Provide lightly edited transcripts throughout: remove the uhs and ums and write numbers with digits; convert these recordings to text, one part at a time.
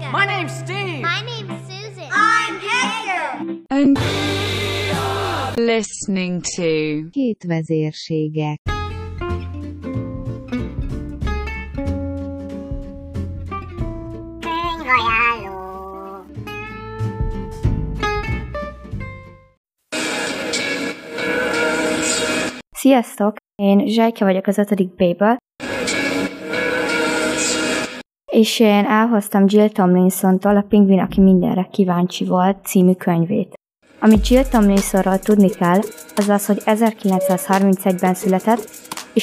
My name's Steve. My name's Susan. I'm Hector. And listening to Két vezérségek. Könyvajánló. Sziasztok! Én Zsajka vagyok az 5. B-ből, és én elhoztam Jill Tomlinsontól a Pingvin, aki mindenre kíváncsi volt című könyvét. Amit Jill Tomlinsonról tudni kell, az az, hogy 1931-ben született, és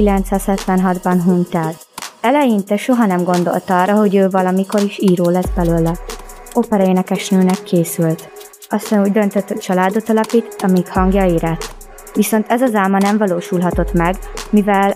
1976-ban hunyt el. Eleinte soha nem gondolta arra, hogy ő valamikor is író lesz belőle. Operaénekesnőnek készült. Aztán úgy döntött, hogy családot alapít, amíg hangja érett. Viszont ez az álma nem valósulhatott meg, mivel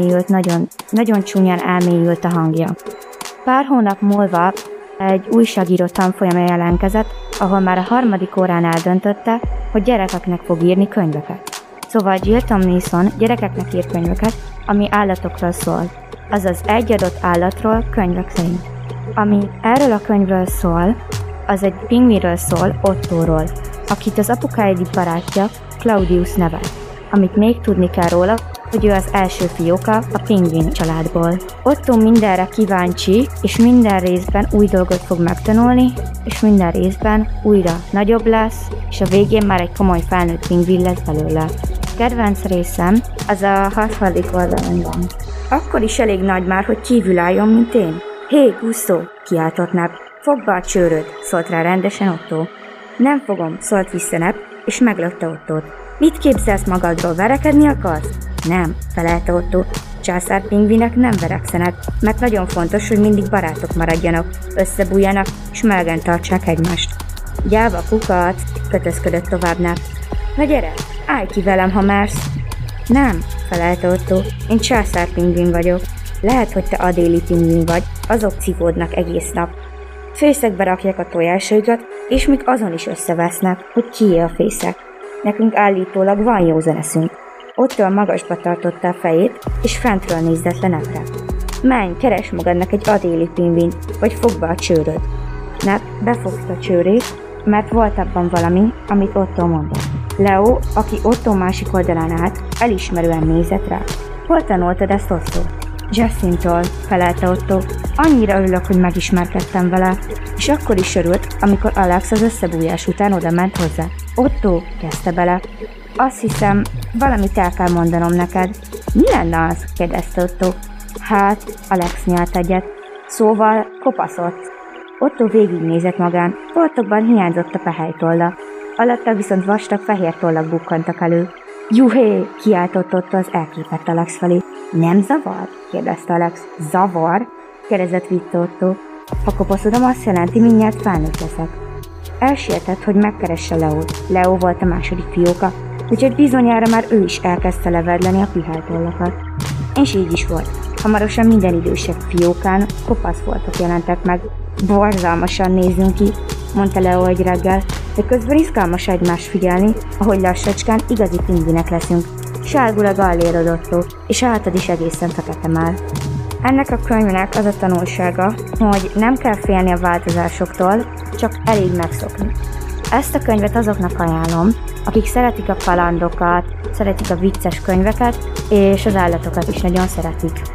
nagyon csúnyán elmélyült a hangja. Pár hónap múlva egy újságíró tanfolyamra jelentkezett, ahol már a 3. órán eldöntötte, hogy gyerekeknek fog írni könyveket. Szóval Jill Tomlinson gyerekeknek ír könyveket, ami állatokról szól, azaz egy adott állatról könyvek szerint. Ami erről a könyvről szól, az egy pingvinről szól, Ottóról, akit az apukája egyik barátja, Claudius nevet. Amit még tudni kell róla, hogy ő az első fióka a pingvin családból. Otto mindenre kíváncsi, és minden részben új dolgot fog megtanulni, és minden részben újra nagyobb lesz, és a végén már egy komoly felnőtt pingvin lesz belőle. Kedvenc részem az a 60. oldalon van. Akkor is elég nagy már, hogy kívül álljon, mint én. Hé, Gusztó, kiáltott Nep. Fogd be a csőröd, szólt rá rendesen Otto. Nem fogom, szólt vissza Nep, és meglökte Ottót. Mit képzelsz magadról, verekedni akarsz? Nem, felelte Otto. Császár pingvinek nem verekszenek, mert nagyon fontos, hogy mindig barátok maradjanak, összebújjanak, és melegen tartsák egymást. Gyáva kukac, kötözködött tovább Nep. Na gyere, állj ki velem, ha mersz. Nem, felelte Otto, én császár pingvin vagyok. Lehet, hogy te Adéli pingvin vagy, azok civódnak egész nap. Fészekbe rakják a tojásaikat, és még azon is összevesznek, hogy kié a fészek. Nekünk állítólag van jó zeneszünk. Otto magasba tartotta a fejét, és fentről nézett le Nepre. Menj, keresd magadnak egy Adéli pingvin, vagy fogd be a csőröd. Nep befogta a csőrét, mert volt abban valami, amit Otto mondott. Leo, aki Otto másik oldalán állt, elismerően nézett rá. Hol tanultad ezt, Otto? Justin-tól, felelte Otto. Annyira örülök, hogy megismerkedtem vele, és akkor is örült, amikor Alex az összebújás után oda ment hozzá. Otto, kezdte bele. Azt hiszem, valamit el kell mondanom neked. Mi lenne az? kérdezte Otto. Hát, Alex nyelt egyet. Szóval kopaszott. Otto végignézett magán, foltokban hiányzott a pehelytolla. Alatta viszont vastag fehér tollak bukkantak elő. Juhé! Kiáltott Otto az elképett Alex felé. Nem zavar? kérdezte Alex. Zavar? kérdezett vicce Otto. Ha kopaszodom, azt jelenti, mindjárt felnőtt leszek. Elsietett, hogy megkeresse Leót. Leo volt a második fióka, úgyhogy bizonyára már ő is elkezdte levedleni a piheltollakat. És így is volt. Hamarosan minden idősebb fiókán kopasz voltak jelentek meg. Borzalmasan nézzünk ki, mondta Leo egy reggel, de közben izgalmas egymást figyelni, ahogy lassacskán igazi pingvinek leszünk. Sárgul a gallérod Otto, és a hátad is egészen fekete már. Ennek a könyvnek az a tanulsága, hogy nem kell félni a változásoktól, csak elég megszokni. Ezt a könyvet azoknak ajánlom, akik szeretik a kalandokat, szeretik a vicces könyveket, és az állatokat is nagyon szeretik.